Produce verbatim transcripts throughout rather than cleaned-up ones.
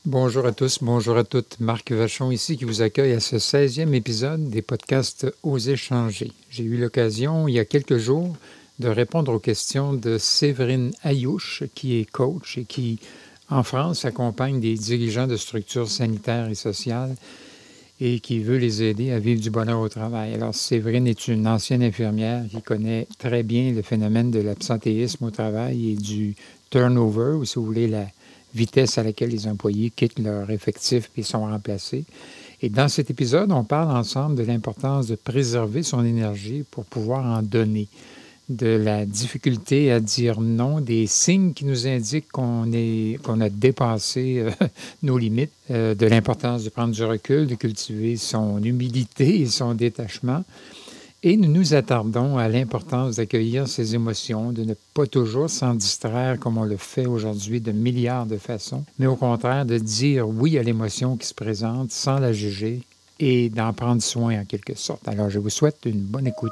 Bonjour à tous, bonjour à toutes. Marc Vachon ici qui vous accueille à ce seizième épisode des podcasts Oser changer. J'ai eu l'occasion il y a quelques jours de répondre aux questions de Séverine Ayouch, qui est coach et qui, en France, accompagne des dirigeants de structures sanitaires et sociales et qui veut les aider à vivre du bonheur au travail. Alors, Séverine est une ancienne infirmière qui connaît très bien le phénomène de l'absentéisme au travail et du turnover, ou si vous voulez, la vitesse à laquelle les employés quittent leur effectif et sont remplacés. Et dans cet épisode, on parle ensemble de l'importance de préserver son énergie pour pouvoir en donner, de la difficulté à dire non, des signes qui nous indiquent qu'on est, qu'on a dépassé euh, nos limites, euh, de l'importance de prendre du recul, de cultiver son humilité et son détachement. Et nous nous attardons à l'importance d'accueillir ses émotions, de ne pas toujours s'en distraire comme on le fait aujourd'hui de milliards de façons, mais au contraire de dire oui à l'émotion qui se présente sans la juger et d'en prendre soin en quelque sorte. Alors je vous souhaite une bonne écoute.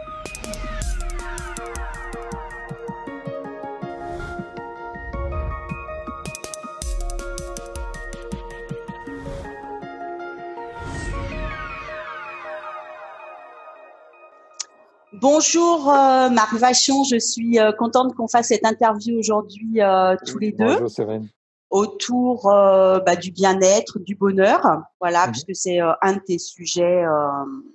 Bonjour euh, Marc Vachon, je suis euh, contente qu'on fasse cette interview aujourd'hui euh, tous les deux. Bonjour Séverine. Autour euh, bah, du bien-être, du bonheur, voilà, Mhm. puisque c'est euh, un de tes sujets euh,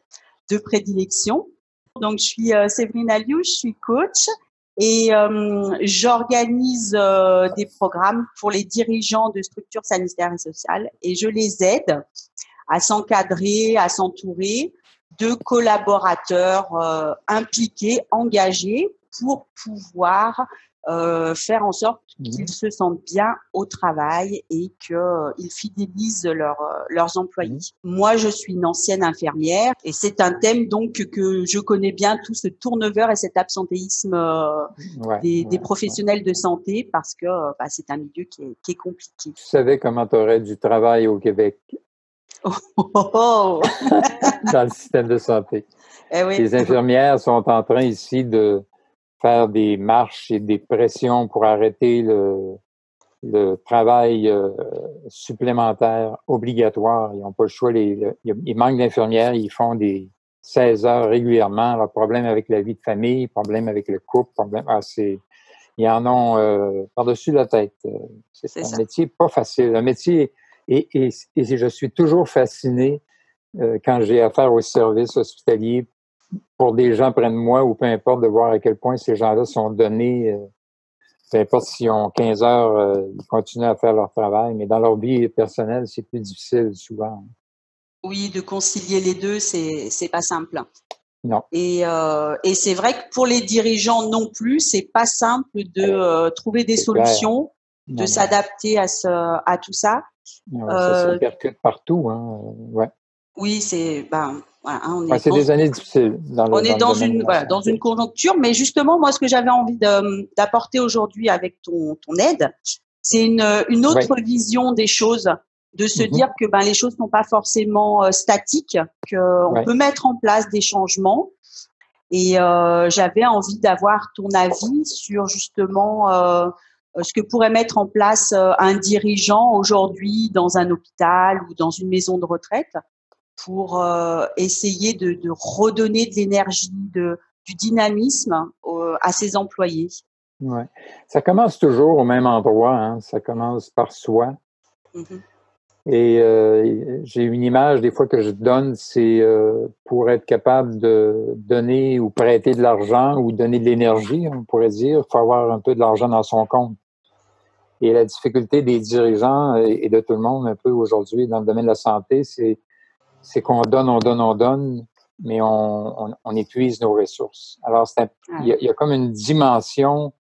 de prédilection. Donc je suis euh, Séverine Aliou, je suis coach et euh, j'organise euh, des programmes pour les dirigeants de structures sanitaires et sociales et je les aide à s'encadrer, à s'entourer de collaborateurs euh, impliqués, engagés pour pouvoir euh, faire en sorte qu'ils se sentent bien au travail et qu'ils euh, fidélisent leur, euh, leurs employés. Mmh. Moi, je suis une ancienne infirmière et c'est un thème donc que je connais bien, tout ce turnover et cet absentéisme euh, Ouais, des, ouais, des professionnels ouais. de santé parce que euh, bah, c'est un milieu qui est, qui est compliqué. Tu savais comment tu aurais du travail au Québec Oh, oh, oh. dans le système de santé. Eh oui. Les infirmières sont en train ici de faire des marches et des pressions pour arrêter le, le travail euh, supplémentaire obligatoire. Ils n'ont pas le choix. Les, le, ils manquent d'infirmières. Ils font des seize heures régulièrement. Alors, problème avec la vie de famille, problème avec le couple, problème... Ah, c'est, ils en ont euh, par-dessus la tête. C'est, c'est un ça. métier pas facile. Un métier... Et, et, et je suis toujours fasciné euh, quand j'ai affaire au service hospitalier pour des gens près de moi ou peu importe, de voir à quel point ces gens-là sont donnés, euh, peu importe s'ils ont quinze heures, euh, ils continuent à faire leur travail, mais dans leur vie personnelle, c'est plus difficile souvent. Oui, de concilier les deux, c'est c'est pas simple. Non. Et, euh, et c'est vrai que pour les dirigeants non plus, c'est pas simple de euh, trouver des c'est solutions, non, de non. s'adapter à ce à tout ça. Ouais, ça se répercute partout, hein. Ouais. Oui, c'est ben voilà, hein, on est. Ouais, c'est dans, des années difficiles dans le on est dans, dans le une voilà, dans une conjoncture, mais justement moi ce que j'avais envie de, d'apporter aujourd'hui avec ton ton aide, c'est une une autre oui. vision des choses, de se mm-hmm. dire que ben les choses sont pas forcément euh, statiques, que on ouais. peut mettre en place des changements. Et euh, j'avais envie d'avoir ton avis sur justement euh, ce que pourrait mettre en place euh, un dirigeant aujourd'hui dans un hôpital ou dans une maison de retraite pour euh, essayer de, de redonner de l'énergie, de, du dynamisme euh, à ses employés. Ouais. Ça commence toujours au même endroit, hein. Ça commence par soi. Mm-hmm. Et euh, j'ai une image des fois que je donne, c'est euh, pour être capable de donner ou prêter de l'argent ou donner de l'énergie, on pourrait dire, il faut avoir un peu de l'argent dans son compte. Et la difficulté des dirigeants et de tout le monde un peu aujourd'hui dans le domaine de la santé, c'est, c'est qu'on donne, on donne, on donne, mais on, on, on épuise nos ressources. Alors, c'est un, il, y a, il y a comme une dimension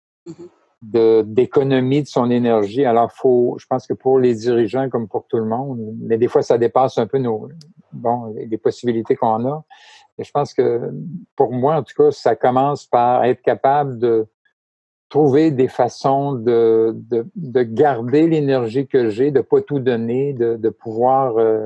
de, d'économie de son énergie. Alors, faut, je pense que pour les dirigeants comme pour tout le monde, mais des fois, ça dépasse un peu nos, bon, les possibilités qu'on a. Et je pense que pour moi, en tout cas, ça commence par être capable de trouver des façons de, de, de garder l'énergie que j'ai, de pas tout donner, de, de pouvoir, euh,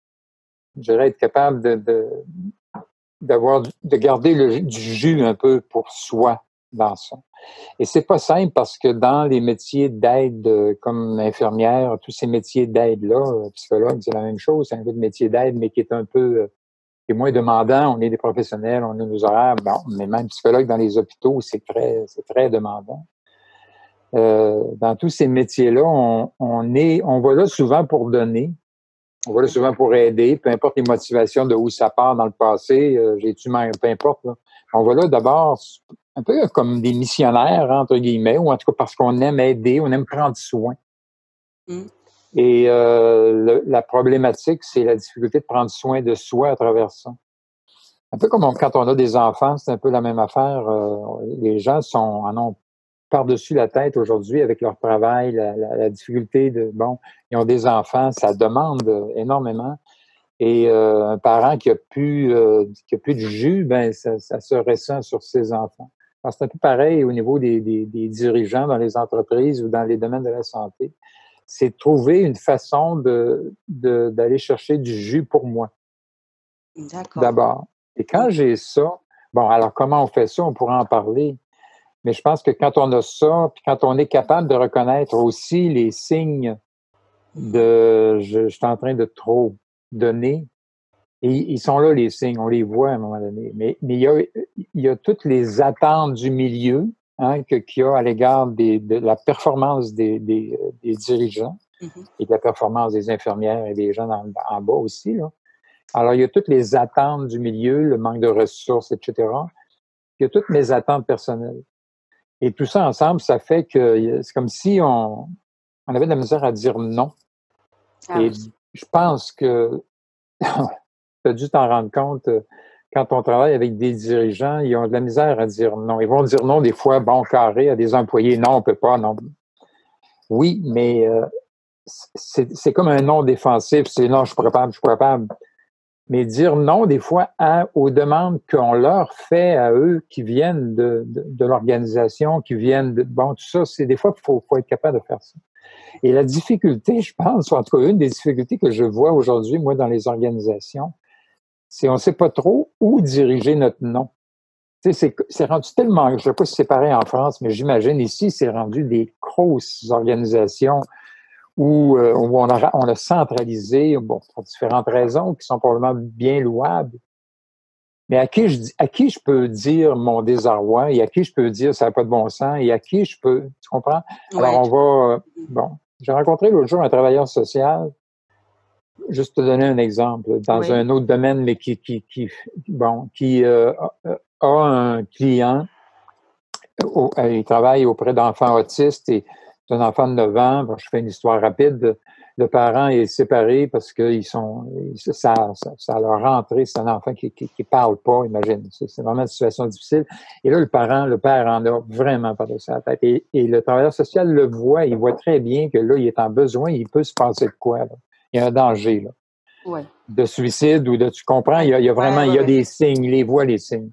je dirais, être capable de, de, d'avoir, de garder le, du jus un peu pour soi. dans ça. Et c'est pas simple parce que dans les métiers d'aide, euh, comme infirmière, tous ces métiers d'aide-là, euh, psychologue, c'est la même chose, c'est un peu de métier d'aide, mais qui est un peu, euh, qui est moins demandant. On est des professionnels, on a nos horaires, bon, mais même psychologue dans les hôpitaux, c'est très, c'est très demandant. Euh, dans tous ces métiers-là, on, on est, on va là souvent pour donner, on va là souvent pour aider, peu importe les motivations de où ça part dans le passé, euh, j'ai-tu même, peu importe, là. On va là d'abord un peu comme des missionnaires, entre guillemets, ou en tout cas parce qu'on aime aider, on aime prendre soin. Mm. Et euh, le, la problématique, c'est la difficulté de prendre soin de soi à travers ça. Un peu comme on, quand on a des enfants, c'est un peu la même affaire. Euh, les gens sont, en ont par-dessus la tête aujourd'hui avec leur travail, la, la, la difficulté de, bon, ils ont des enfants, ça demande énormément. Et euh, un parent qui a plus, euh, qui a plus de jus, ben ça, ça se ressent sur ses enfants. Alors, c'est un peu pareil au niveau des, des, des dirigeants dans les entreprises ou dans les domaines de la santé. C'est de trouver une façon de, de, d'aller chercher du jus pour moi, D'accord. d'abord. Et quand j'ai ça, bon, alors comment on fait ça? On pourra en parler. Mais je pense que quand on a ça, puis quand on est capable de reconnaître aussi les signes de je, je suis en train de trop donner, et ils sont là, les signes, on les voit à un moment donné. Mais, mais il, y a, il y a toutes les attentes du milieu hein, que, qu'il y a à l'égard des, de la performance des, des, des dirigeants Mm-hmm. et de la performance des infirmières et des gens en, en bas aussi. Là. Alors, il y a toutes les attentes du milieu, le manque de ressources, et cetera. Il y a toutes mes attentes personnelles. Et tout ça ensemble, ça fait que c'est comme si on, on avait de la misère à dire non. Ah Et oui. je pense que tu as dû t'en rendre compte, quand on travaille avec des dirigeants, ils ont de la misère à dire non. Ils vont dire non des fois, bon, carré, à des employés, non, on peut pas, non. Oui, mais euh, c'est, c'est comme un non défensif, c'est non, je suis pas capable, je suis pas capable. Mais dire non, des fois, à, aux demandes qu'on leur fait à eux, qui viennent de, de, de l'organisation, qui viennent de, bon, tout ça, c'est des fois qu'il faut, faut être capable de faire ça. Et la difficulté, je pense, ou en tout cas, une des difficultés que je vois aujourd'hui, moi, dans les organisations, c'est on ne sait pas trop où diriger notre non. Tu sais, c'est, c'est rendu tellement, je ne sais pas si c'est pareil en France, mais j'imagine ici, c'est rendu des grosses organisations où, euh, où on, a, on a centralisé, bon, pour différentes raisons qui sont probablement bien louables. Mais à qui je, à qui je peux dire mon désarroi et à qui je peux dire ça n'a pas de bon sens et à qui je peux, tu comprends? Alors, Ouais. on va, euh, bon, j'ai rencontré l'autre jour un travailleur social. Juste te donner un exemple, dans Oui. un autre domaine, mais qui, qui, qui bon, qui euh, a un client, au, il travaille auprès d'enfants autistes et c'est un enfant de neuf ans. Bon, je fais une histoire rapide. Le parent est séparé parce que ils sont, ça, ça, ça a leur rentrée. C'est un enfant qui, qui, qui parle pas, imagine. C'est, c'est vraiment une situation difficile. Et là, le parent, le père en a vraiment pas de sa tête. Et, et le travailleur social le voit, il voit très bien que là, il est en besoin, il peut se passer de quoi, là. Il y a un danger, là. Ouais. De suicide ou de, tu comprends, Ouais. il y a, il y a vraiment, Ouais, ouais, il y a ouais. des signes, il les voit, les signes.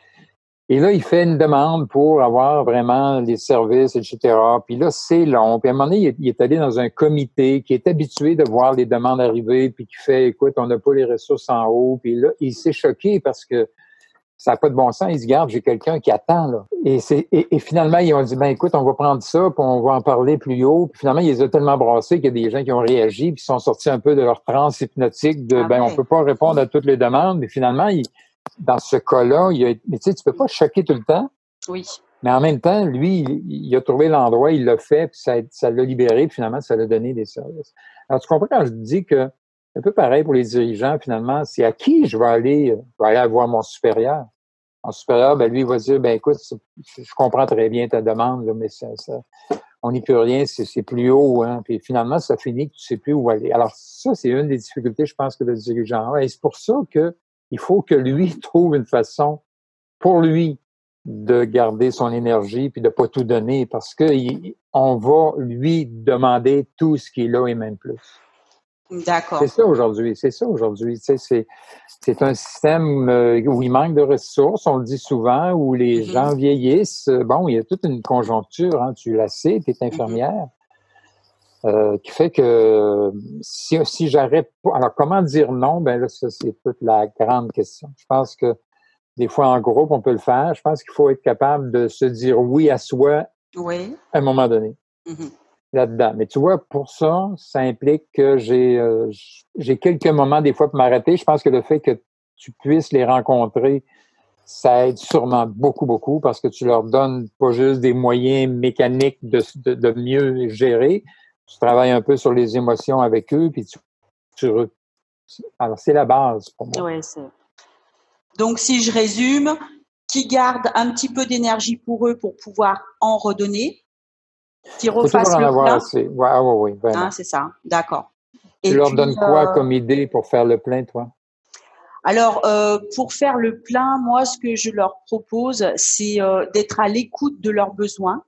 Et là, il fait une demande pour avoir vraiment les services, et cetera. Puis là, c'est long. Puis à un moment donné, il est, il est allé dans un comité qui est habitué de voir les demandes arriver, puis qui fait, écoute, on n'a pas les ressources en haut. Puis là, il s'est choqué parce que ça n'a pas de bon sens. Il se garde, j'ai quelqu'un qui attend, là. Et, c'est, et, et finalement, ils ont dit, ben écoute, on va prendre ça, puis on va en parler plus haut. Puis finalement, ils les ont tellement brassés qu'il y a des gens qui ont réagi, puis sont sortis un peu de leur transe hypnotique de, Ah ben, on ouais. peut pas répondre à toutes les demandes. Mais finalement, il, dans ce cas-là, il a, mais tu sais, tu peux pas choquer tout le temps. Oui. Mais en même temps, lui, il, il a trouvé l'endroit, il l'a fait, puis ça, ça l'a libéré, puis finalement, ça l'a donné des services. Alors, tu comprends quand je dis que c'est un peu pareil pour les dirigeants, finalement, c'est à qui je vais aller, je vais aller voir mon supérieur. Mon supérieur, ben lui, il va dire, ben écoute, je comprends très bien ta demande, là, mais ça, ça, on n'y peut rien, c'est, c'est plus haut, hein. Puis finalement, ça finit que tu sais plus où aller. Alors, ça, c'est une des difficultés, je pense, que le dirigeant a. Et c'est pour ça que il faut que lui trouve une façon pour lui de garder son énergie puis de pas tout donner parce que il, on va lui demander tout ce qu'il a et même plus. D'accord. C'est ça aujourd'hui, c'est ça aujourd'hui. Tu sais, c'est, c'est un système euh, où il manque de ressources, on le dit souvent, où les Mm-hmm. gens vieillissent. Bon, il y a toute une conjoncture, hein, tu la sais, tu es infirmière, euh, qui fait que si, si j'arrête pas... Alors, comment dire non? Ben là, ça, c'est toute la grande question. Je pense que des fois en groupe, on peut le faire. Je pense qu'il faut être capable de se dire oui à soi Oui. à un moment donné. Mm-hmm. Là-dedans. Mais tu vois, pour ça, ça implique que j'ai euh, j'ai quelques moments des fois pour m'arrêter. Je pense que le fait que tu puisses les rencontrer, ça aide sûrement beaucoup, beaucoup, parce que tu leur donnes pas juste des moyens mécaniques de, de, de mieux gérer. Tu travailles un peu sur les émotions avec eux, puis tu, tu alors c'est la base pour moi. Ouais, c'est... Donc, si je résume, qui garde un petit peu d'énergie pour eux pour pouvoir en redonner, qui Il faut toujours refassent en le avoir plein. assez. Oui, ouais, ouais, ouais, vraiment. Hein, c'est ça, d'accord. Tu Et leur puis, donnes quoi euh, comme idée pour faire le plein, toi? alors, euh, pour faire le plein, moi, ce que je leur propose, c'est euh, d'être à l'écoute de leurs besoins.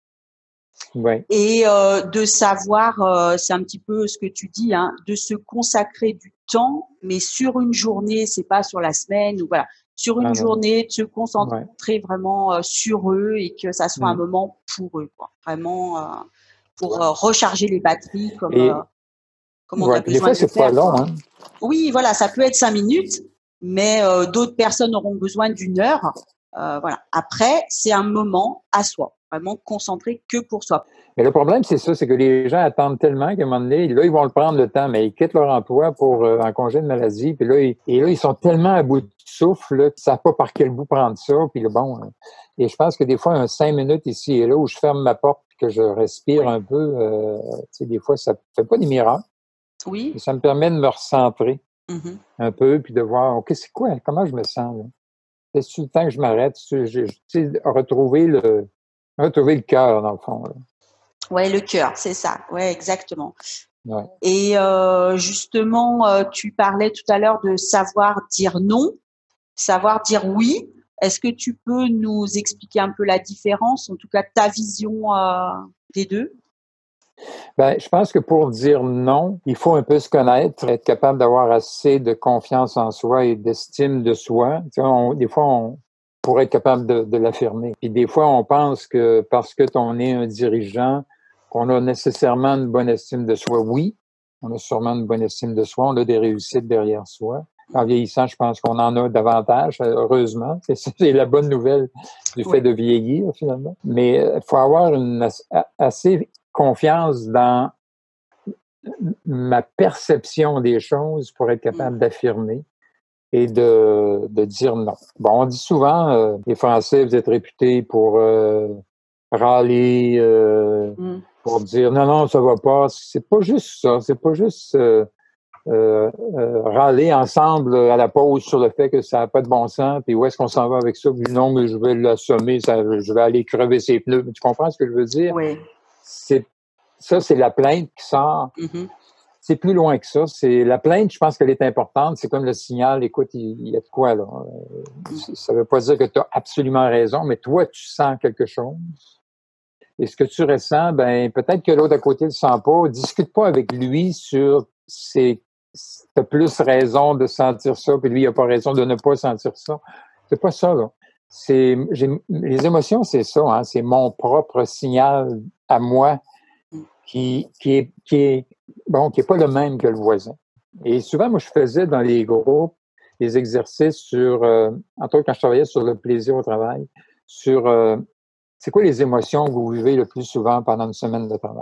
Oui. Et euh, de savoir, euh, c'est un petit peu ce que tu dis, hein, de se consacrer du temps, mais sur une journée, c'est pas sur la semaine ou voilà, sur une Ah, non. journée, de se concentrer Ouais. vraiment euh, sur eux et que ça soit un Mm. moment pour eux, quoi. Vraiment euh, pour euh, recharger les batteries comme euh, Et comme on a ouais, puis des besoin fois, de le c'est pas faire, long, quoi. hein? Oui, voilà, ça peut être cinq minutes, mais euh, d'autres personnes auront besoin d'une heure. Euh, voilà. Après, c'est un moment à soi, vraiment concentré que pour soi. Mais le problème, c'est ça, c'est que les gens attendent tellement qu'à un moment donné, là, ils vont le prendre le temps, mais ils quittent leur emploi pour euh, en congé de maladie, puis là, ils, et là, ils sont tellement à bout de souffle, là, qu'ils ne savent pas par quel bout prendre ça, puis le bon. Hein. Et je pense que des fois, un cinq minutes ici et là, où je ferme ma porte, puis que je respire Oui. un peu, euh, tu sais, des fois, ça fait pas des miracles, Oui. mais ça me permet de me recentrer Mm-hmm. un peu, puis de voir, OK, c'est quoi, comment je me sens, là? C'est le temps que je m'arrête, tu sais, retrouver le, retrouver le cœur, dans le fond, là. Ouais, le cœur, c'est ça. Ouais, exactement. Ouais. Et euh, justement, euh, tu parlais tout à l'heure de savoir dire non, savoir dire oui. Est-ce que tu peux nous expliquer un peu la différence, en tout cas ta vision euh, des deux? Ben, je pense que pour dire non, il faut un peu se connaître, être capable d'avoir assez de confiance en soi et d'estime de soi. Tu sais, on, des fois, on pourrait être capable de, de l'affirmer. Puis des fois, on pense que parce que on est un dirigeant, qu'on a nécessairement une bonne estime de soi. Oui, on a sûrement une bonne estime de soi, on a des réussites derrière soi. En vieillissant, je pense qu'on en a davantage, heureusement. C'est, c'est la bonne nouvelle du fait Oui. de vieillir, finalement. Mais il faut avoir une assez confiance dans ma perception des choses pour être capable Mm. d'affirmer et de, de dire non. Bon, on dit souvent, euh, les Français, vous êtes réputés pour euh, râler, euh, Mm. pour dire non, non, ça va pas. C'est pas juste ça. C'est pas juste euh, euh, euh, râler ensemble à la pause sur le fait que ça n'a pas de bon sens, puis où est-ce qu'on s'en va avec ça, puis non, mais je vais l'assommer, ça, je vais aller crever ses pneus. Tu comprends ce que je veux dire? Oui. C'est, ça, c'est la plainte qui sort. Mm-hmm. C'est plus loin que ça. C'est la plainte, je pense qu'elle est importante. C'est comme le signal, écoute, il, il y a de quoi là. Ça ne veut pas dire que tu as absolument raison, mais toi, tu sens quelque chose. Et ce que tu ressens, ben peut-être que l'autre à côté ne le sent pas. Discute pas avec lui sur c'est t'as plus raison de sentir ça, puis lui, il n'a pas raison de ne pas sentir ça. C'est pas ça, là. C'est, j'ai, les émotions, c'est ça, hein. C'est mon propre signal à moi qui, qui est, qui est, bon, qui est pas le même que le voisin. Et souvent, moi, je faisais dans les groupes des exercices sur, euh, entre autres quand je travaillais sur le plaisir au travail, sur euh, c'est quoi les émotions que vous vivez le plus souvent pendant une semaine de travail.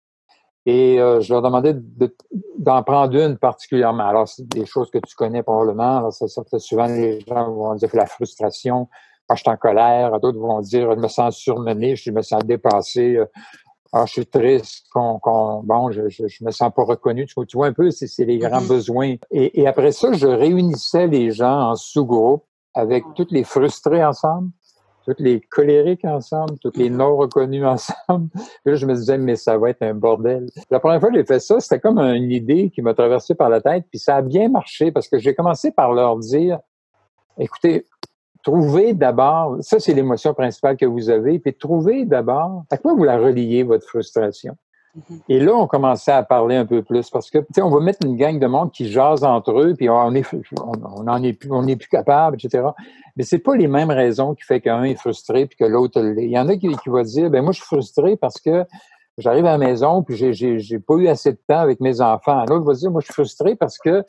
Et euh, je leur demandais de, d'en prendre une particulièrement. Alors, c'est des choses que tu connais probablement. Alors, ça sortait souvent, les gens vont dire la frustration, quand je suis en colère. D'autres vont dire, je me sens surmené, je me sens dépassé. Ah, je suis triste, qu'on, qu'on, bon, je, je, je me sens pas reconnu. Tu, tu vois un peu, c'est, c'est les grands Mm-hmm. besoins. Et, et après ça, je réunissais les gens en sous-groupes avec tous les frustrés ensemble, tous les colériques ensemble, tous les Mm-hmm. non reconnus ensemble. Puis là, je me disais, mais ça va être un bordel. La première fois que j'ai fait ça, c'était comme une idée qui m'a traversé par la tête, puis ça a bien marché parce que j'ai commencé par leur dire, écoutez, trouvez d'abord, ça c'est l'émotion principale que vous avez, puis trouvez d'abord à quoi vous la reliez, votre frustration. Mm-hmm. Et là, on commençait à parler un peu plus parce que, tu sais, on va mettre une gang de monde qui jase entre eux, puis on est, on en est plus, on n'est plus capable, et cetera. Mais c'est pas les mêmes raisons qui fait qu'un est frustré puis que l'autre l'est. Il y en a qui, qui vont dire, ben moi je suis frustré parce que j'arrive à la maison puis j'ai, j'ai, j'ai pas eu assez de temps avec mes enfants. L'autre va dire, moi je suis frustré parce que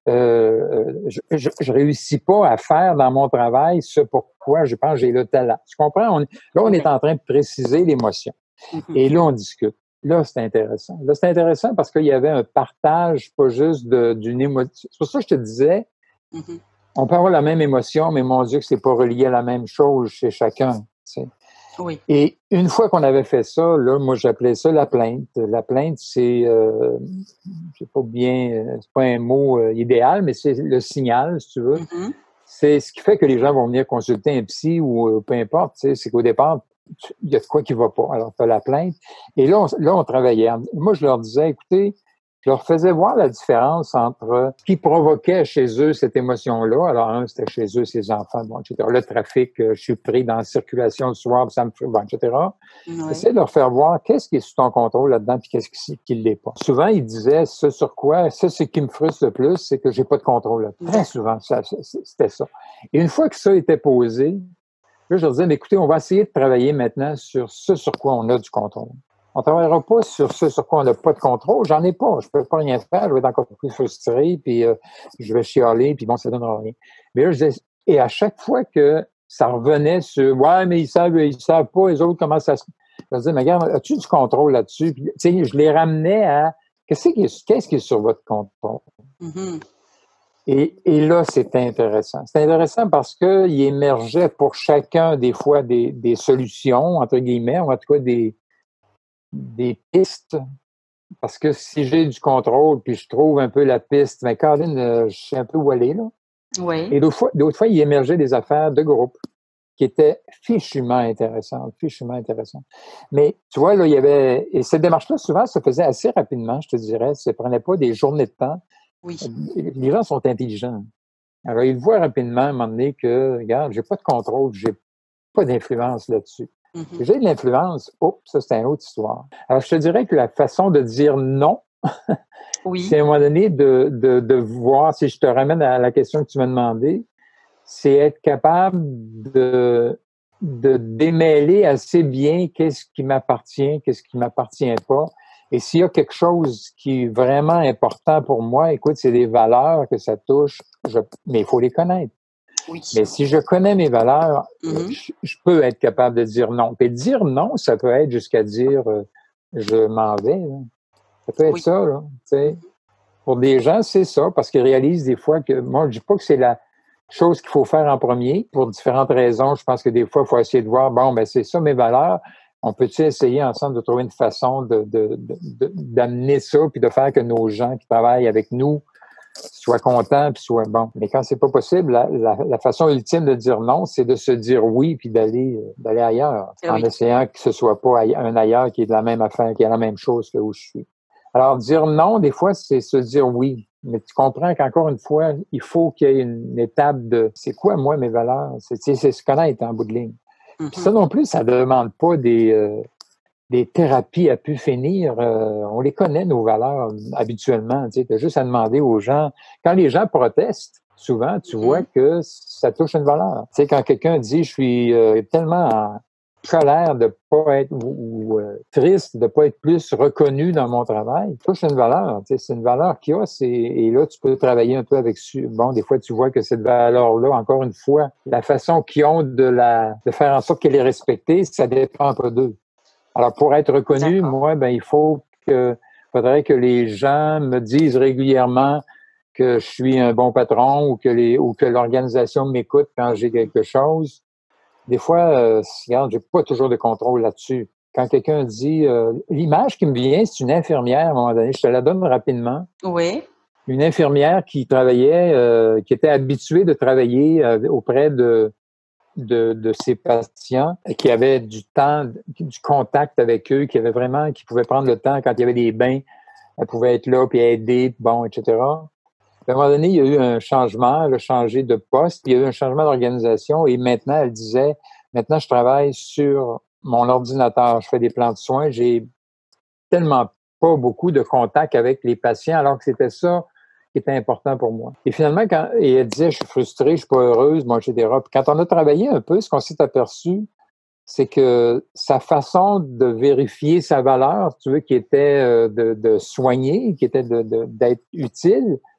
euh, je, je, je réussis pas à faire dans mon travail ce pourquoi je pense que j'ai le talent. Tu comprends? On, là, on est en train de préciser l'émotion. Mhm. Et là, on discute. Là, c'est intéressant. Là, c'est intéressant parce qu'il y avait un partage, pas juste de, d'une émotion. C'est pour ça que je te disais, Mhm. on peut avoir la même émotion, mais mon Dieu, que c'est pas relié à la même chose chez chacun. Tu sais. Oui. Et une fois qu'on avait fait ça, là, moi, j'appelais ça la plainte. La plainte, c'est, euh, c'est pas bien, c'est pas un mot euh, idéal, mais c'est le signal, si tu veux. Mhm. C'est ce qui fait que les gens vont venir consulter un psy ou euh, peu importe, tu sais, c'est qu'au départ, il y a de quoi qui va pas. Alors, tu as la plainte. Et là, on, là, on travaillait. Moi, je leur disais, écoutez, je leur faisais voir la différence entre ce qui provoquait chez eux cette émotion-là. Alors, un, c'était chez eux, ses enfants, bon, et cetera. Le trafic, euh, je suis pris dans la circulation le soir, ça me fait, bon, et cetera. Oui. Essaye de leur faire voir qu'est-ce qui est sous ton contrôle là-dedans puis qu'est-ce qui ne l'est pas. Souvent, ils disaient, ce sur quoi, ça, c'est ce qui me frustre le plus, c'est que j'ai pas de contrôle là. Très souvent, ça, c'était ça. Et une fois que ça était posé, là, je leur disais, mais écoutez, on va essayer de travailler maintenant sur ce sur quoi on a du contrôle. On ne travaillera pas sur ce sur quoi on n'a pas de contrôle. J'en ai pas. Je ne peux pas rien faire. Je vais être encore plus frustré, puis euh, je vais chialer, puis bon, ça ne donnera rien. Mais là, je disais, et à chaque fois que ça revenait sur, ouais, mais ils savent, ils savent pas, les autres, comment ça se... Je leur disais, mais regarde, as-tu du contrôle là-dessus? Puis, tu sais, je les ramenais à, qu'est-ce qui est, qu'est-ce qui est sur votre contrôle? Mhm. Et, et là, c'est intéressant. C'est intéressant parce qu'il émergeait pour chacun des fois des, des solutions, entre guillemets, ou en tout cas des, des pistes. Parce que si j'ai du contrôle puis je trouve un peu la piste, mais Caroline, euh, je sais un peu où aller, là. Oui. Et d'autres fois, d'autres fois, il émergeait des affaires de groupe qui étaient fichument intéressantes, fichument intéressantes. Mais tu vois, là, il y avait... Et cette démarche-là, souvent, se faisait assez rapidement, je te dirais. Ça ne prenait pas des journées de temps. Oui. Les gens sont intelligents. Alors, ils voient rapidement, à un moment donné, que, regarde, j'ai pas de contrôle, j'ai pas d'influence là-dessus. Mhm. J'ai de l'influence, oh, ça, c'est une autre histoire. Alors, je te dirais que la façon de dire non, Oui. c'est à un moment donné de, de, de voir, si je te ramène à la question que tu m'as demandé, c'est être capable de, de démêler assez bien qu'est-ce qui m'appartient, qu'est-ce qui m'appartient pas. Et s'il y a quelque chose qui est vraiment important pour moi, écoute, c'est des valeurs que ça touche, je, mais il faut les connaître. Oui. Mais si je connais mes valeurs, Mhm. je, je peux être capable de dire non. Et dire non, ça peut être jusqu'à dire euh, je m'en vais. Là. Ça peut être Oui. ça, là. Tu sais. Pour des gens, c'est ça, parce qu'ils réalisent des fois que, moi, je dis pas que c'est la chose qu'il faut faire en premier, pour différentes raisons. Je pense que des fois, il faut essayer de voir, bon, ben c'est ça mes valeurs. On peut-tu essayer ensemble de trouver une façon de, de, de, de, d'amener ça, puis de faire que nos gens qui travaillent avec nous soient contents, puis soient bons. Mais quand c'est pas possible, la, la, la façon ultime de dire non, c'est de se dire oui, puis d'aller, d'aller ailleurs, Oui. en essayant que ce soit pas un ailleurs qui est de la même affaire, qui est la même chose que où je suis. Alors, dire non, des fois, c'est se dire oui. Mais tu comprends qu'encore une fois, il faut qu'il y ait une étape de c'est quoi, moi, mes valeurs? C'est, c'est se connaître en bout de ligne. Mhm. Puis ça non plus, ça ne demande pas des, euh, des thérapies à pu finir. Euh, on les connaît, nos valeurs, habituellement. Tu as juste à demander aux gens. Quand les gens protestent, souvent, tu Mhm. vois que ça touche une valeur. Tu sais, quand quelqu'un dit « je suis euh, tellement en colère de pas être ou, ou euh, triste de pas être plus reconnu dans mon travail », ça touche une valeur. Tu sais, c'est une valeur qu'il y a. C'est, et là, tu peux travailler un peu avec... Bon, des fois, tu vois que cette valeur-là, encore une fois, la façon qu'ils ont de, la, de faire en sorte qu'elle est respectée, ça dépend pas d'eux. Alors, pour être reconnu, D'accord. moi, ben, il faut que, faudrait que les gens me disent régulièrement que je suis un bon patron ou que les, ou que l'organisation m'écoute quand j'ai quelque chose. Des fois, euh, regarde, j'ai pas toujours de contrôle là-dessus. Quand quelqu'un dit, euh, l'image qui me vient, c'est une infirmière, à un moment donné, je te la donne rapidement. Oui. Une infirmière qui travaillait, euh, qui était habituée de travailler euh, auprès de, de, de ses patients, qui avaient du temps, du contact avec eux, qui avaient vraiment, qui pouvaient prendre le temps quand il y avait des bains, elle pouvait être là, puis aider, bon, et cetera. À un moment donné, il y a eu un changement, elle a changé de poste, puis il y a eu un changement d'organisation, et maintenant, elle disait, maintenant, je travaille sur mon ordinateur, je fais des plans de soins, j'ai tellement pas beaucoup de contact avec les patients, alors que c'était ça qui était important pour moi. Et finalement, quand et elle disait, je suis frustrée, je suis pas heureuse, bon, et cetera. Puis quand on a travaillé un peu, ce qu'on s'est aperçu, c'est que sa façon de vérifier sa valeur, tu veux, qui était euh, de, de soigner, qui était de, de, d'être utile,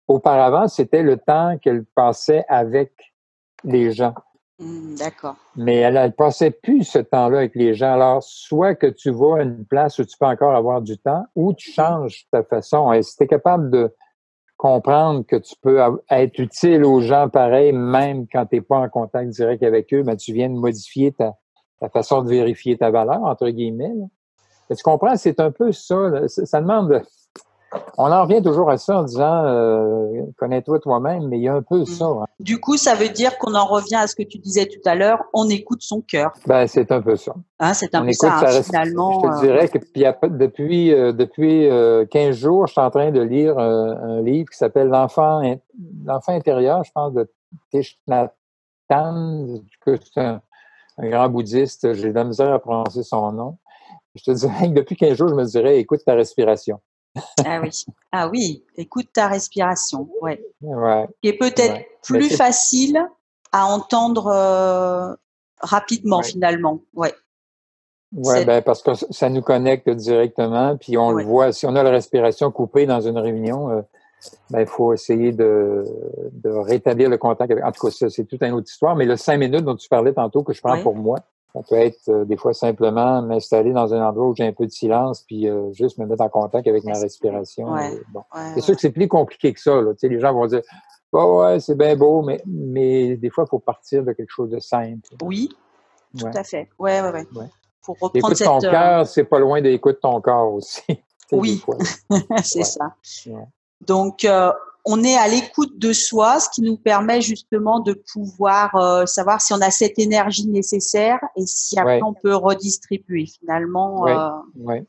auparavant, c'était le temps qu'elle passait avec les gens. Mmh, d'accord. Mais elle ne passait plus ce temps-là avec les gens. Alors, soit que tu vas à une place où tu peux encore avoir du temps, ou tu changes ta façon. Et si tu es capable de comprendre que tu peux être utile aux gens pareil, même quand tu n'es pas en contact direct avec eux, ben, tu viens de modifier ta, ta façon de vérifier ta valeur, entre guillemets. Mais tu comprends, c'est un peu ça. Là. Ça, ça demande... On en revient toujours à ça en disant euh, connais-toi toi-même, mais il y a un peu ça. Hein. Du coup, ça veut dire qu'on en revient à ce que tu disais tout à l'heure, on écoute son cœur. Ben, c'est un peu ça. Hein, c'est un on peu écoute ça, ça hein, reste, finalement. je te dirais euh, que puis, depuis, euh, depuis euh, quinze jours, je suis en train de lire euh, un livre qui s'appelle L'enfant l'enfant intérieur, je pense, de Thich Nhat Hanh, que c'est un, un grand bouddhiste. J'ai de la misère à prononcer son nom. Je te dirais que depuis quinze jours, je me dirais écoute ta respiration. Ah oui, ah oui, écoute ta respiration, ouais. Ouais. Qui est peut-être Ouais. plus facile à entendre euh, rapidement ouais. finalement, ouais. Oui, ben parce que ça nous connecte directement, puis on ouais. le voit. Si on a la respiration coupée dans une réunion, euh, ben il faut essayer de, de rétablir le contact avec. En tout cas, ça, c'est toute une autre histoire. Mais le cinq minutes dont tu parlais tantôt que je prends ouais. pour moi, ça peut être euh, des fois simplement m'installer dans un endroit où j'ai un peu de silence, puis euh, juste me mettre en contact avec ma respiration. Ouais. Et, bon. Ouais, c'est ouais. sûr que c'est plus compliqué que ça. Là. Tu sais, les gens vont dire oh, ouais, c'est bien beau, mais, mais des fois, il faut partir de quelque chose de simple. Oui, tout ouais. à fait. Ouais, ouais, ouais. ouais. Pour reprendre écoute cette. ton cœur, c'est pas loin d'écoute ton corps aussi. Oui, c'est ouais. ça. Ouais. Donc, euh, on est à l'écoute de soi, ce qui nous permet justement de pouvoir euh, savoir si on a cette énergie nécessaire et si après ouais. on peut redistribuer finalement. Ouais. Euh, ouais.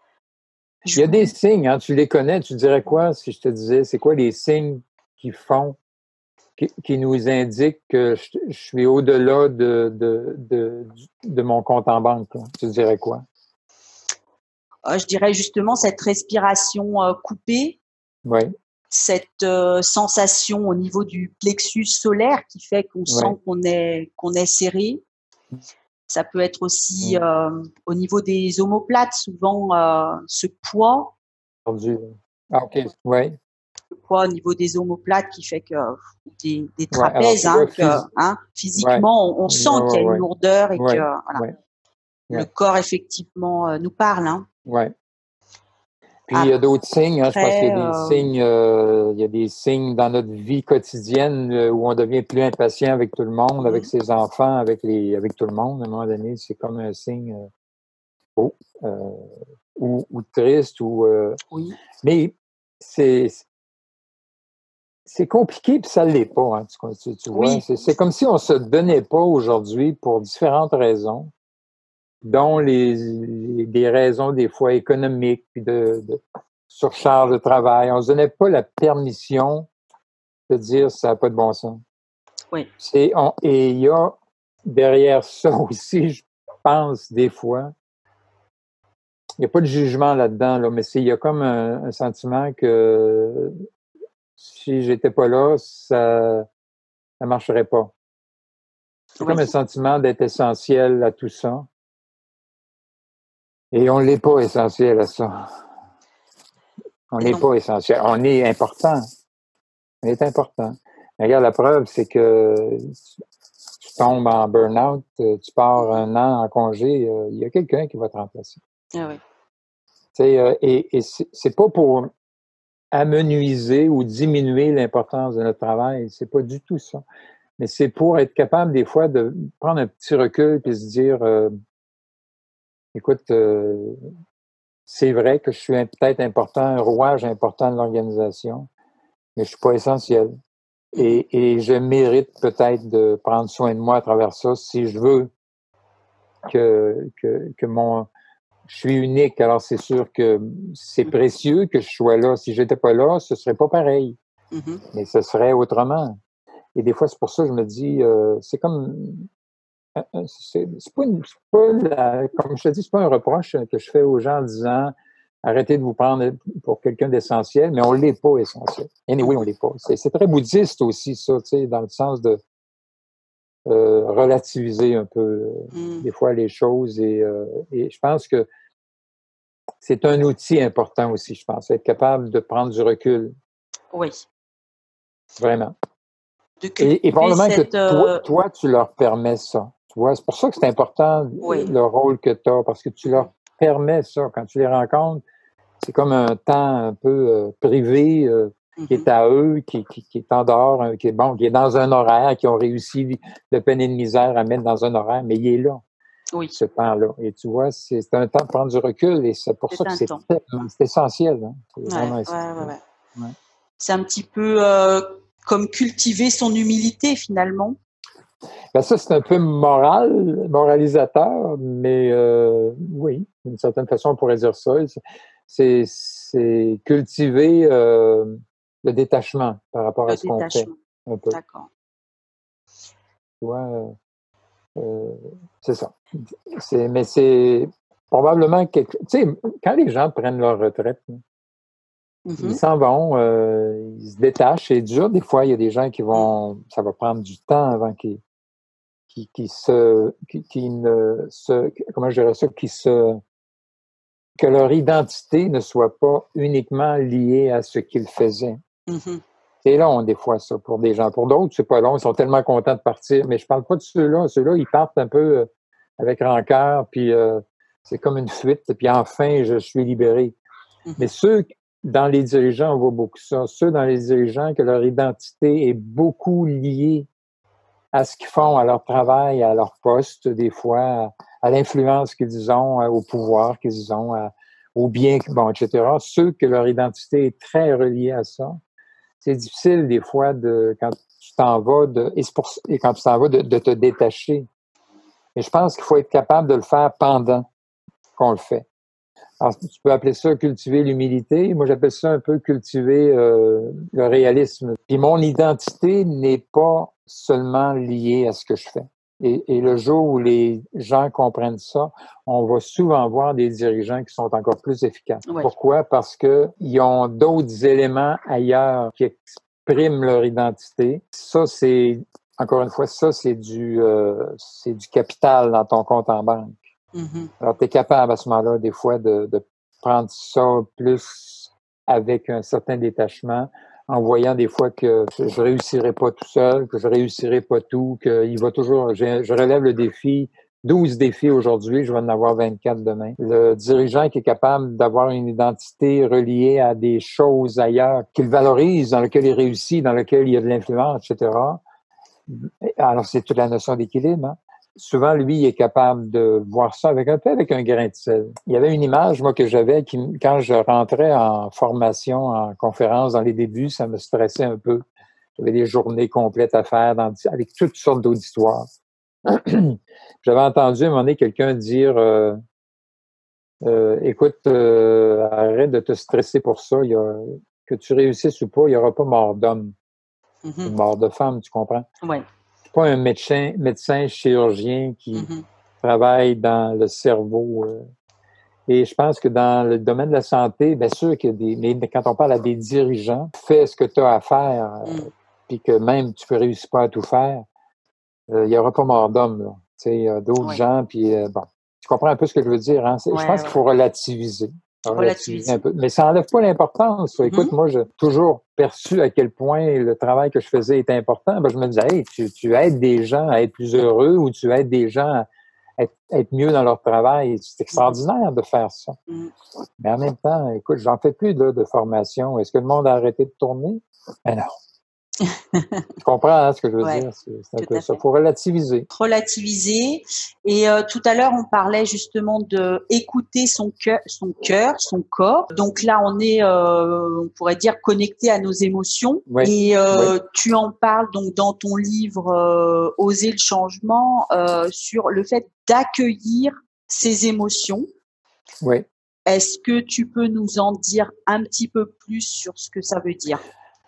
Il y a des signes, hein, tu les connais, tu dirais quoi si je te disais, c'est quoi les signes qui font, qui, qui nous indiquent que je, je suis au-delà de, de, de, de mon compte en banque? Là. Tu dirais quoi? Je dirais justement cette respiration euh, coupée, oui. cette euh, sensation au niveau du plexus solaire qui fait qu'on oui. sent qu'on est, qu'on est serré. Ça peut être aussi mmh. euh, au niveau des omoplates, souvent euh, ce poids. Ah, OK, oui. Le poids au niveau des omoplates qui fait que des, des Ouais, alors, trapèzes, hein, que, phys- hein, physiquement, on, on sent ouais, qu'il y a une ouais, lourdeur et ouais, que voilà, ouais, le ouais. corps effectivement euh, nous parle. Hein. Ouais. Puis il y a d'autres signes, hein, je pense qu'il y a des euh, signes, euh, il y a des signes dans notre vie quotidienne euh, où on devient plus impatient avec tout le monde, mm-hmm. avec ses enfants, avec les, avec tout le monde. À un moment donné, c'est comme un signe euh, oh, euh, ou, ou triste ou. Euh, oui. Mais c'est c'est compliqué puis ça l'est pas. Hein, tu, tu vois, oui. c'est, c'est comme si on se donnait pas aujourd'hui pour différentes raisons, dont les, les des raisons des fois économiques puis de, de surcharge de travail. On ne se donnait pas la permission de dire ça n'a pas de bon sens. Oui. C'est, on, et il y a derrière ça aussi, je pense, des fois, il n'y a pas de jugement là-dedans, là, mais c'est, il y a comme un, un sentiment que si j'étais pas là, ça ne marcherait pas. C'est oui. comme un sentiment d'être essentiel à tout ça. Et on ne l'est pas essentiel à ça. On n'est pas essentiel. On est important. On est important. Mais regarde, la preuve, c'est que tu tombes en burn-out, tu pars un an en congé, il y a quelqu'un qui va te remplacer. Ah oui. Euh, et et c'est, c'est pas pour amenuiser ou diminuer l'importance de notre travail, c'est pas du tout ça. Mais c'est pour être capable des fois de prendre un petit recul et se dire euh, écoute, euh, c'est vrai que je suis un, peut-être important, un rouage important de l'organisation, mais je suis pas essentiel. Et, et je mérite peut-être de prendre soin de moi à travers ça si je veux que, que, que mon... Je suis unique, alors c'est sûr que c'est précieux que je sois là. Si j'étais pas là, ce serait pas pareil. Mm-hmm. Mais ce serait autrement. Et des fois, c'est pour ça que je me dis, euh, c'est comme... C'est, c'est pas, une, c'est pas la, comme je te dis, c'est pas un reproche que je fais aux gens en disant arrêtez de vous prendre pour quelqu'un d'essentiel, mais on l'est pas essentiel. Anyway, on l'est pas. C'est, c'est très bouddhiste aussi, ça, tu sais, dans le sens de euh, relativiser un peu euh, mm. des fois les choses. Et, euh, et je pense que c'est un outil important aussi, je pense, être capable de prendre du recul. Oui. Vraiment. De Et, et probablement cette, que toi, euh... toi, tu leur permets ça. Tu vois, c'est pour ça que c'est important oui. le rôle que tu as, parce que tu leur permets ça. Quand tu les rencontres, c'est comme un temps un peu euh, privé euh, mm-hmm. qui est à eux, qui, qui, qui est en dehors, hein, qui est bon, qui est dans un horaire, qui ont réussi de peine et de misère à mettre dans un horaire, mais il est là. Oui. Ce temps-là. Et tu vois, c'est, c'est un temps de prendre du recul et c'est pour c'est ça que c'est, tellement, c'est essentiel. Hein. C'est ouais, vraiment ouais, essentiel. Ouais, ouais. Ouais. C'est un petit peu euh, comme cultiver son humilité finalement. Ben ça, c'est un peu moral, moralisateur, mais euh, oui, d'une certaine façon, on pourrait dire ça. C'est, c'est cultiver euh, le détachement par rapport le à ce qu'on fait. Un peu. D'accord. Tu vois, euh, euh, c'est ça. C'est, mais c'est probablement quelque... Tu sais, quand les gens prennent leur retraite, mm-hmm. ils s'en vont, euh, ils se détachent. C'est dur. Des fois, il y a des gens qui vont... Mm. Ça va prendre du temps avant qu'ils... Qui, qui se, qui, qui ne se, comment je dirais ça, qui se, que leur identité ne soit pas uniquement liée à ce qu'ils faisaient. Mm-hmm. C'est long, des fois, ça, pour des gens. Pour d'autres, c'est pas long, ils sont tellement contents de partir. Mais je parle pas de ceux-là. Ceux-là, ils partent un peu avec rancœur, puis euh, c'est comme une fuite, puis enfin, je suis libéré. Mm-hmm. Mais ceux, dans les dirigeants, on voit beaucoup ça. Ceux dans les dirigeants, que leur identité est beaucoup liée à ce qu'ils font, à leur travail, à leur poste, des fois, à l'influence qu'ils ont, au pouvoir qu'ils ont, à, au bien, bon, et cetera. Ceux que leur identité est très reliée à ça, c'est difficile des fois de, quand tu t'en vas, de, et, c'est pour, et quand tu t'en vas, de, de te détacher. Mais je pense qu'il faut être capable de le faire pendant qu'on le fait. Alors, tu peux appeler ça cultiver l'humilité. Moi, j'appelle ça un peu cultiver euh, le réalisme. Puis mon identité n'est pas seulement liée à ce que je fais. Et, et le jour où les gens comprennent ça, on va souvent voir des dirigeants qui sont encore plus efficaces. Ouais. Pourquoi? Parce qu'ils ont d'autres éléments ailleurs qui expriment leur identité. Ça, c'est, encore une fois, ça, c'est du, euh, c'est du capital dans ton compte en banque. Mm-hmm. Alors, tu es capable à ce moment-là, des fois, de, de prendre ça plus avec un certain détachement, en voyant des fois que je ne réussirai pas tout seul, que je ne réussirai pas tout, qu'il va toujours... Je, je relève le défi, douze défis aujourd'hui, je vais en avoir vingt-quatre demain. Le dirigeant qui est capable d'avoir une identité reliée à des choses ailleurs, qu'il valorise, dans lesquelles il réussit, dans lesquelles il y a de l'influence, et cetera. Alors, c'est toute la notion d'équilibre, hein? Souvent, lui, il est capable de voir ça avec un peu avec un grain de sel. Il y avait une image, moi, que j'avais, qui, quand je rentrais en formation, en conférence, dans les débuts, ça me stressait un peu. J'avais des journées complètes à faire dans, avec toutes sortes d'auditoires. J'avais entendu à un moment donné quelqu'un dire euh, euh, écoute, euh, arrête de te stresser pour ça. Il y a, que tu réussisses ou pas, il n'y aura pas mort d'homme. Mm-hmm. Mort de femme, tu comprends? Oui. Pas un médecin, médecin chirurgien qui mm-hmm. travaille dans le cerveau. Euh, et je pense que dans le domaine de la santé, bien sûr qu'il y a des... Mais quand on parle à des dirigeants, fais ce que tu as à faire, euh, mm. puis que même tu ne réussis pas à tout faire, euh, il n'y aura pas mort d'homme. Là. Tu sais, il y a d'autres oui. gens, puis euh, bon. Tu comprends un peu ce que je veux dire, hein? Ouais, je pense ouais. qu'il faut relativiser. Relativiser un peu. Mais ça n'enlève pas l'importance. Mm-hmm. Écoute, moi, j'ai toujours perçu à quel point le travail que je faisais était important. Ben, je me disais, hey, tu, tu aides des gens à être plus heureux ou tu aides des gens à être, à être mieux dans leur travail. C'est extraordinaire mm-hmm. de faire ça. Mm-hmm. Mais en même temps, écoute, j'en fais plus là, de formation. Est-ce que le monde a arrêté de tourner? Ben non. Tu comprends hein, ce que je veux ouais, dire? C'est, c'est un peu ça. Il faut relativiser. Relativiser. Et euh, tout à l'heure, on parlait justement de écouter son cœur, son cœur, son corps. Donc là, on est, euh, on pourrait dire, connecté à nos émotions. Oui. Et euh, oui. tu en parles donc dans ton livre euh, Oser le changement euh, sur le fait d'accueillir ses émotions. Oui. Est-ce que tu peux nous en dire un petit peu plus sur ce que ça veut dire?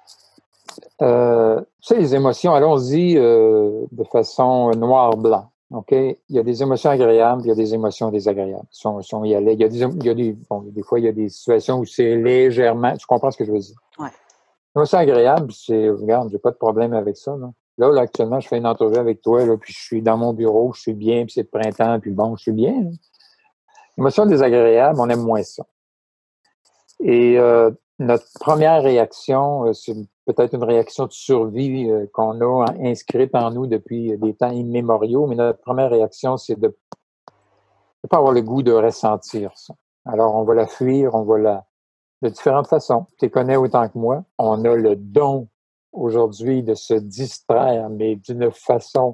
Euh, tu sais, les émotions, allons-y euh, de façon noir-blanc. OK? Il y a des émotions agréables, il y a des émotions désagréables. Si on, si on y allait, il y a des, il y a des, bon, des fois, il y a des situations où c'est légèrement, tu comprends ce que je veux dire? Ouais. L'émotion agréable, c'est, regarde, j'ai pas de problème avec ça, là. Là, là, actuellement, je fais une entrevue avec toi, là, puis je suis dans mon bureau, je suis bien, puis c'est le printemps, puis bon, je suis bien. Là. L'émotion désagréable, on aime moins ça. Et euh, notre première réaction, euh, c'est peut-être une réaction de survie euh, qu'on a inscrite en nous depuis des temps immémoriaux, mais notre première réaction, c'est de ne pas avoir le goût de ressentir ça. Alors, on va la fuir, on va la... de différentes façons. Tu les connais autant que moi. On a le don aujourd'hui de se distraire, mais d'une façon...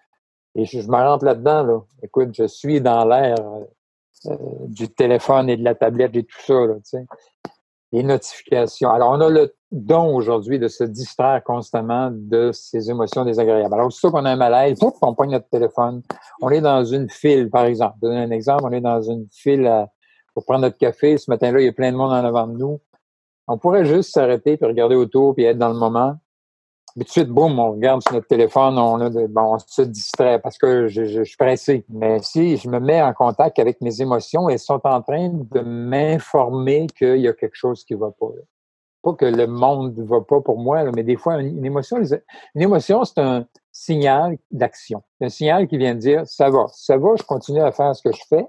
Et je, je me rentre là-dedans, là. Écoute, je suis dans l'air euh, du téléphone et de la tablette et tout ça, là, tu sais. Les notifications. Alors, on a le don aujourd'hui de se distraire constamment de ces émotions désagréables. Alors, c'est ça qu'on a un malaise, pouf, on pogne notre téléphone. On est dans une file, par exemple. Je vais donner un exemple. On est dans une file à, pour prendre notre café. Ce matin-là, il y a plein de monde en avant de nous. On pourrait juste s'arrêter puis regarder autour puis être dans le moment. Mais tout de suite, boum, on regarde sur notre téléphone, on, a de, bon, on se distrait parce que je, je, je suis pressé. Mais si je me mets en contact avec mes émotions, elles sont en train de m'informer qu'il y a quelque chose qui ne va pas. Là. Pas que le monde ne va pas pour moi, là, mais des fois, une, une émotion, une émotion, c'est un signal d'action. C'est un signal qui vient de dire, ça va, ça va, je continue à faire ce que je fais.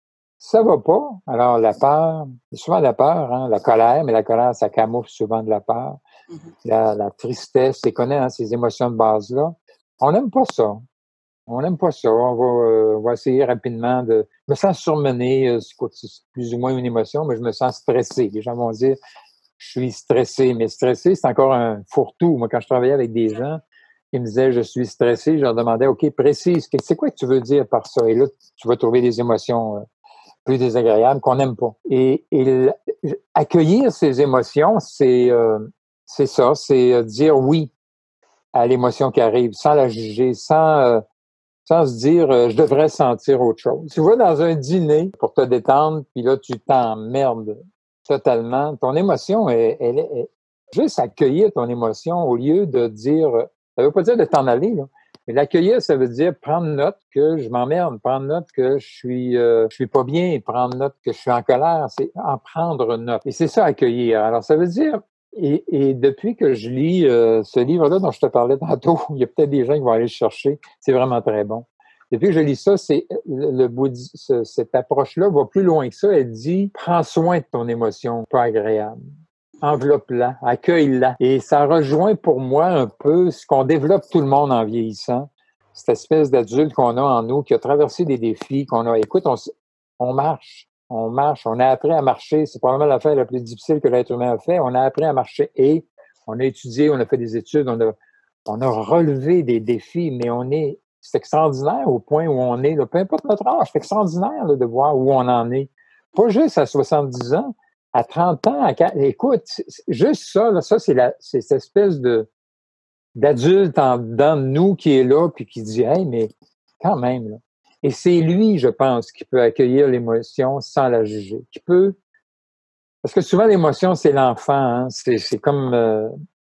Ça va pas. Alors, la peur, c'est souvent la peur, hein, la colère, mais la colère, ça camoufle souvent de la peur. Mm-hmm. La, la tristesse, tu connais, hein, ces émotions de base-là. On n'aime pas ça. On n'aime pas ça. On va, euh, on va essayer rapidement de... Je me sens surmené, euh, c'est plus ou moins une émotion, mais je me sens stressé. Les gens vont dire, je suis stressé. Mais stressé, c'est encore un fourre-tout. Moi, quand je travaillais avec des gens, ils me disaient, je suis stressé, je leur demandais, OK, précise, c'est quoi que tu veux dire par ça? Et là, tu vas trouver des émotions... Euh, plus désagréable, qu'on n'aime pas. Et, et accueillir ces émotions, c'est euh, c'est ça, c'est dire oui à l'émotion qui arrive, sans la juger, sans, euh, sans se dire euh, je devrais sentir autre chose. Tu vas dans un dîner pour te détendre, puis là, tu t'emmerdes totalement. Ton émotion, elle, elle est juste accueillir ton émotion au lieu de dire, ça veut pas dire de t'en aller, là. Mais l'accueillir, ça veut dire prendre note que je m'emmerde, prendre note que je suis euh, je suis pas bien, prendre note que je suis en colère, c'est en prendre note. Et c'est ça, accueillir. Alors, ça veut dire, et, et depuis que je lis euh, ce livre-là dont je te parlais tantôt, il y a peut-être des gens qui vont aller le chercher, c'est vraiment très bon. Depuis que je lis ça, c'est le, le bouddhisme, cette approche-là va plus loin que ça. Elle dit, prends soin de ton émotion pas agréable. Enveloppe-la, accueille-la. Et ça rejoint pour moi un peu ce qu'on développe tout le monde en vieillissant, cette espèce d'adulte qu'on a en nous, qui a traversé des défis, qu'on a... Écoute, on, on marche, on marche, on a appris à marcher. C'est probablement l'affaire la plus difficile que l'être humain a fait. On a appris à marcher et on a étudié, on a fait des études, on a, on a relevé des défis, mais on est... C'est extraordinaire au point où on est, là. Peu importe notre âge, c'est extraordinaire là, de voir où on en est. Pas juste à soixante-dix ans, à trente ans, à quarante, écoute, juste ça, là, ça c'est, la, c'est cette espèce de, d'adulte en dedans de nous qui est là puis qui dit « Hey, mais quand même, là. » Et c'est lui, je pense, qui peut accueillir l'émotion sans la juger. Qui peut... Parce que souvent, l'émotion, c'est l'enfant. Hein? C'est, c'est comme... Euh...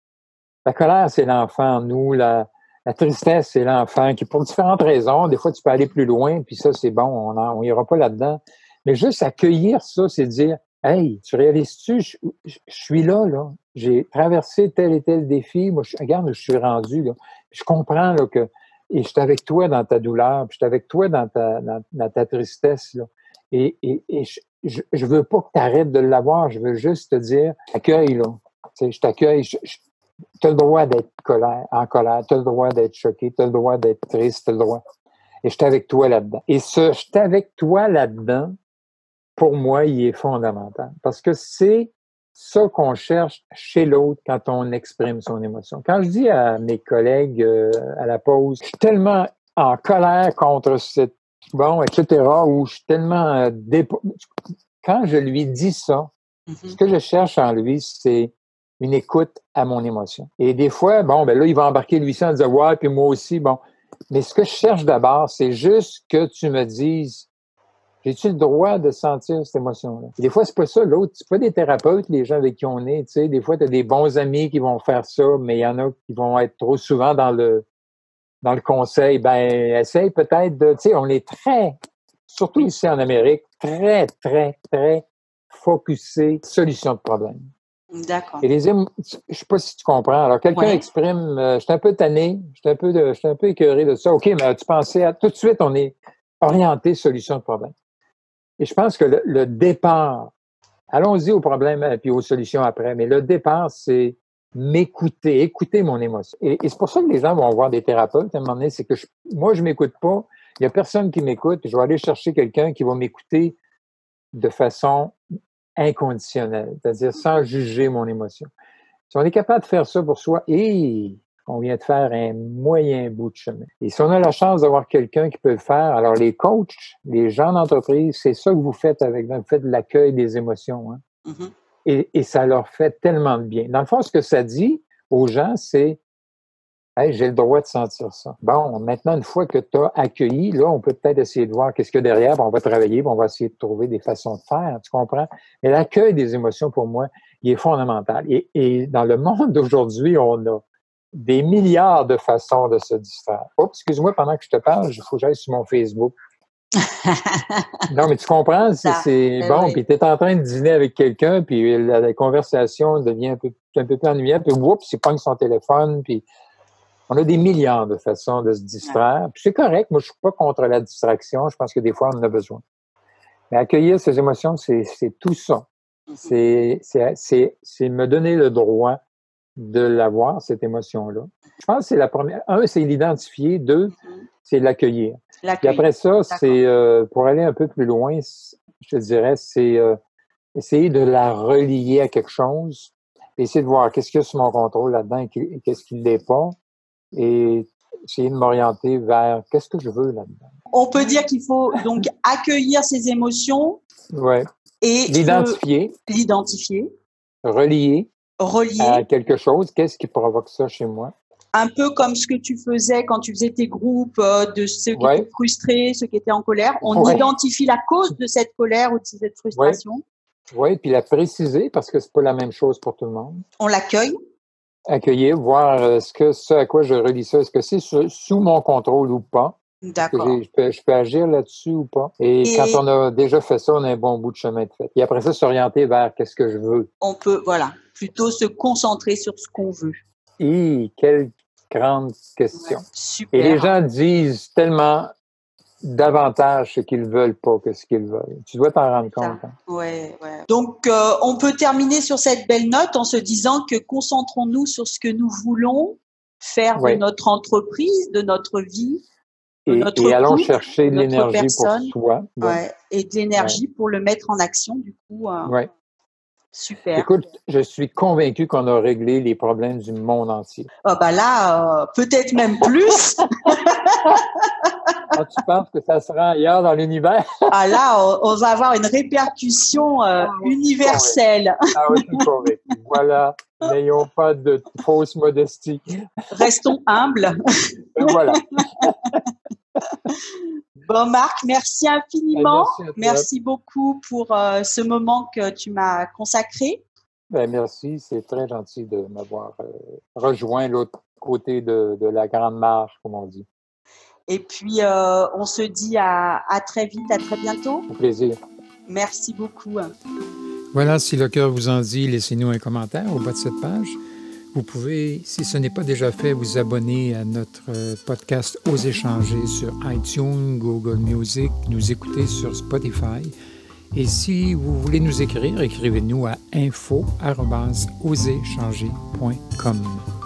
La colère, c'est l'enfant en nous. La, la tristesse, c'est l'enfant qui, pour différentes raisons, des fois, tu peux aller plus loin, puis ça, c'est bon, on n'ira pas là-dedans. Mais juste accueillir ça, c'est dire « Hey, tu réalises-tu, je, je, je suis là, là. J'ai traversé tel et tel défi. Moi, je, regarde où je suis rendu, là. Je comprends là, que... Et je suis avec toi dans ta douleur, puis je suis avec toi dans ta, dans, dans ta tristesse, là. Et, et, et je, je, je veux pas que tu arrêtes de l'avoir. Je veux juste te dire « Accueille, là. Tu sais, je t'accueille. Je, je, tu as le droit d'être colère, en colère. Tu as le droit d'être choqué. Tu as le droit d'être triste. Tu as le droit. Et je suis avec toi là-dedans. Et ce « je suis avec toi là-dedans », pour moi, il est fondamental. Parce que c'est ça qu'on cherche chez l'autre quand on exprime son émotion. Quand je dis à mes collègues euh, à la pause, je suis tellement en colère contre cette... Bon, et cetera, ou je suis tellement... Euh, dépo... Quand je lui dis ça, mm-hmm. ce que je cherche en lui, c'est une écoute à mon émotion. Et des fois, bon, ben là, il va embarquer lui en disant « Ouais, puis moi aussi, bon. » Mais ce que je cherche d'abord, c'est juste que tu me dises j'ai-tu le droit de sentir cette émotion-là? Et des fois, c'est pas ça. L'autre, c'est pas des thérapeutes, les gens avec qui on est. Tu sais, des fois, tu as des bons amis qui vont faire ça, mais il y en a qui vont être trop souvent dans le dans le conseil. Ben, essaye peut-être de... Tu sais, on est très, surtout ici en Amérique, très, très, très focusé solution de problème. D'accord. Et les émo... Je sais pas si tu comprends. Alors, quelqu'un ouais. exprime, euh, je suis un peu tanné, je suis un peu, de... je suis un peu écœuré de ça. OK, mais as-tu pensé à... Tout de suite, on est orienté solution de problème. Et je pense que le, le départ allons-y au problème et puis aux solutions après. Mais le départ, c'est m'écouter, écouter mon émotion. Et, et c'est pour ça que les gens vont voir des thérapeutes à un moment donné, c'est que je, moi, je m'écoute pas. Il y a personne qui m'écoute. Je vais aller chercher quelqu'un qui va m'écouter de façon inconditionnelle, c'est-à-dire sans juger mon émotion. Si on est capable de faire ça pour soi, et on vient de faire un moyen bout de chemin. Et si on a la chance d'avoir quelqu'un qui peut le faire, alors les coachs, les gens d'entreprise, c'est ça que vous faites avec, vous faites de l'accueil des émotions. Hein? Mm-hmm. Et, et ça leur fait tellement de bien. Dans le fond, ce que ça dit aux gens, c'est « Hey, j'ai le droit de sentir ça. » Bon, maintenant, une fois que tu as accueilli, là, on peut peut-être essayer de voir qu'est-ce qu'il y a derrière, puis on va travailler, puis on va essayer de trouver des façons de faire, tu comprends? Mais l'accueil des émotions, pour moi, il est fondamental. Et, et dans le monde d'aujourd'hui, on a des milliards de façons de se distraire. Oh, excuse-moi, pendant que je te parle, il faut que j'aille sur mon Facebook. Non, mais tu comprends, c'est, c'est bon, oui. Puis tu es en train de dîner avec quelqu'un, puis la, la conversation devient un peu, un peu plus ennuyante, puis oups, il pogne son téléphone, puis on a des milliards de façons de se distraire. Puis c'est correct, moi je suis pas contre la distraction, je pense que des fois on en a besoin. Mais accueillir ces émotions, c'est, c'est tout ça. C'est, c'est, c'est, c'est me donner le droit de l'avoir, cette émotion-là. Je pense que c'est la première. Un, c'est l'identifier. Deux, c'est l'accueillir. Puis après ça, D'accord. c'est euh, pour aller un peu plus loin, je te dirais, c'est euh, essayer de la relier à quelque chose, essayer de voir qu'est-ce qu'il y a sur mon contrôle là-dedans et qu'est-ce qui ne l'est pas, et essayer de m'orienter vers qu'est-ce que je veux là-dedans. On peut dire qu'il faut donc accueillir ses émotions. Ouais. Et l'identifier. Se... L'identifier. Relier. Relier. À quelque chose. Qu'est-ce qui provoque ça chez moi? Un peu comme ce que tu faisais quand tu faisais tes groupes euh, de ceux qui ouais. étaient frustrés, ceux qui étaient en colère. On ouais. identifie la cause de cette colère ou de cette frustration. Oui, ouais, puis la préciser parce que c'est pas la même chose pour tout le monde. On l'accueille. Accueillir, voir est-ce que ce à quoi je relie ça, est-ce que c'est sous, sous mon contrôle ou pas. D'accord. Je peux, je peux agir là-dessus ou pas. Et, Et quand on a déjà fait ça, on a un bon bout de chemin de fait. Et après ça, s'orienter vers qu'est-ce que je veux. On peut, voilà, plutôt se concentrer sur ce qu'on veut. Et quelle grande question. Ouais, super. Et les gens disent tellement davantage ce qu'ils veulent pas que ce qu'ils veulent. Tu dois t'en rendre compte. Hein? Ouais, ouais. Donc, euh, on peut terminer sur cette belle note en se disant que concentrons-nous sur ce que nous voulons faire ouais. de notre entreprise, de notre vie, de et, notre et allons couple, chercher de l'énergie personne, pour soi. Ouais. Ouais, et de l'énergie ouais. pour le mettre en action, du coup. Euh, ouais. Super. Écoute, je suis convaincu qu'on a réglé les problèmes du monde entier. Ah bah là, euh, peut-être même plus. Ah, tu penses que ça sera ailleurs dans l'univers? Ah là, on, on va avoir une répercussion euh, ah, oui, universelle. Ah oui, je suis convaincu. Voilà, n'ayons pas de fausse modestie. Restons humbles. Voilà. Bon, Marc, merci infiniment. Merci, merci beaucoup pour euh, ce moment que tu m'as consacré. Ben, merci, c'est très gentil de m'avoir euh, rejoint l'autre côté de, de la grande marche, comme on dit. Et puis, euh, on se dit à, à très vite, à très bientôt. Au plaisir. Merci beaucoup. Voilà, si le cœur vous en dit, laissez-nous un commentaire au bas de cette page. Vous pouvez, si ce n'est pas déjà fait, vous abonner à notre podcast Oser changer sur iTunes, Google Music, nous écouter sur Spotify. Et si vous voulez nous écrire, écrivez-nous à info arobase oser changer point com.